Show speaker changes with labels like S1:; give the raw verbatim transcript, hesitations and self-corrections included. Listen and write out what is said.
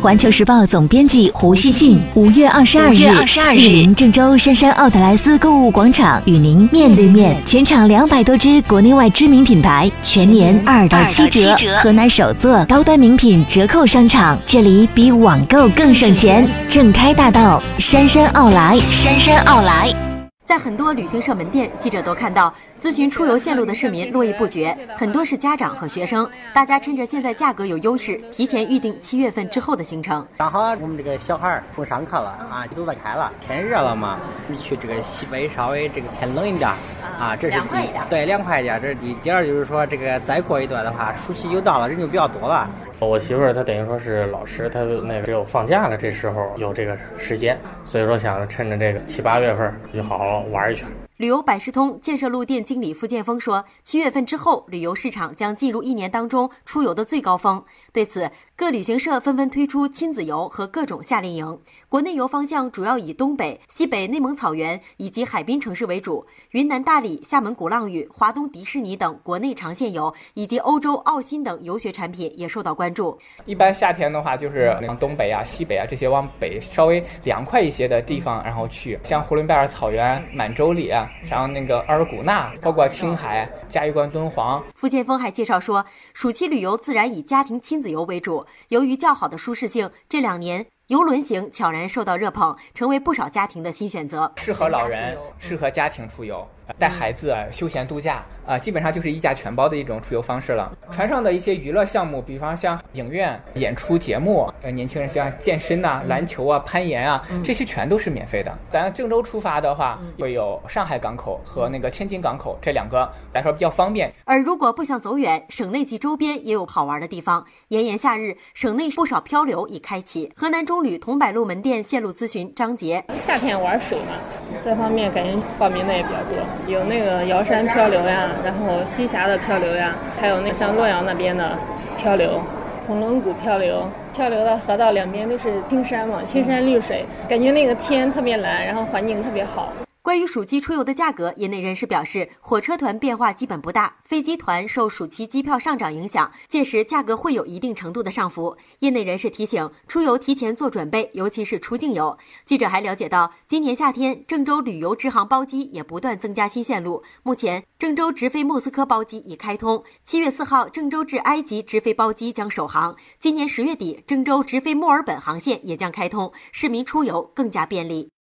S1: 环球时报总编辑胡锡进五月二十二日莅临郑州杉杉奥特莱斯购物广场，与您面对面。全场两百多支国内外知名品牌，全年二到七折，河南首座高端名品折扣商场，这里比网购更省钱。正开大道，杉杉奥莱，杉杉奥莱。
S2: 在很多旅行社门店，记者都看到咨询出游线路的市民络绎不绝，很多是家长和学生，大家趁着现在价格有优势，提前预定七月份之后的行程。
S3: 刚好我们这个小孩不上课了啊，都在开了，天热了嘛，去这个西北稍微这个天冷一点啊，这是第一，对，凉快一点，这是第一。第二就是说，这个再过一段的话，暑期就到了，人就比较多了。
S4: 我媳妇儿她等于说是老师，她那个只有放假了，这时候有这个时间，所以说想趁着这个七八月份就好好玩一圈。
S2: 旅游百事通建设路店经理付建峰说，七月份之后，旅游市场将进入一年当中出游的最高峰。对此，各旅行社纷纷推出亲子游和各种夏令营。国内游方向主要以东北、西北内蒙草原以及海滨城市为主，云南大理、厦门鼓浪屿、华东迪士尼等国内长线游，以及欧洲澳新等游学产品也受到关注。
S5: 一般夏天的话，就是往东北啊、西北啊这些往北稍微凉快一些的地方，然后去，像呼伦贝尔草原、满洲里啊，然后那个额尔古纳，包括青海、嘉峪关、敦煌。
S2: 付建峰还介绍说，暑期旅游自然以家庭亲子游为主，由于较好的舒适性，这两年游轮行悄然受到热捧，成为不少家庭的新选择。
S5: 适合老人，适合家庭出游，带孩子休闲度假啊、呃，基本上就是一价全包的一种出游方式了。船上的一些娱乐项目，比方像影院、演出节目，呃，年轻人像健身呐、啊、篮球啊、攀岩啊，这些全都是免费的。咱郑州出发的话，会有上海港口和那个天津港口这两个来说比较方便。
S2: 而如果不想走远，省内及周边也有好玩的地方。炎炎夏日，省内不少漂流已开启。河南中旅桐柏路门店线路咨询张杰：
S6: 夏天玩水嘛，这方面感觉报名的也比较多，有那个瑶山漂流呀，然后西峡的漂流呀，还有那像洛阳那边的漂流，红龙谷漂流。漂流的河道两边都是青山嘛，青山绿水，感觉那个天特别蓝，然后环境特别好。
S2: 关于暑期出游的价格，业内人士表示，火车团变化基本不大，飞机团受暑期机票上涨影响，届时价格会有一定程度的上浮。业内人士提醒，出游提前做准备，尤其是出境游。记者还了解到，今年夏天郑州旅游直航包机也不断增加新线路，目前郑州直飞莫斯科包机已开通，七月四号郑州至埃及直飞包机将首航，今年十月底郑州直飞墨尔本航线也将开通，市民出游更加便利。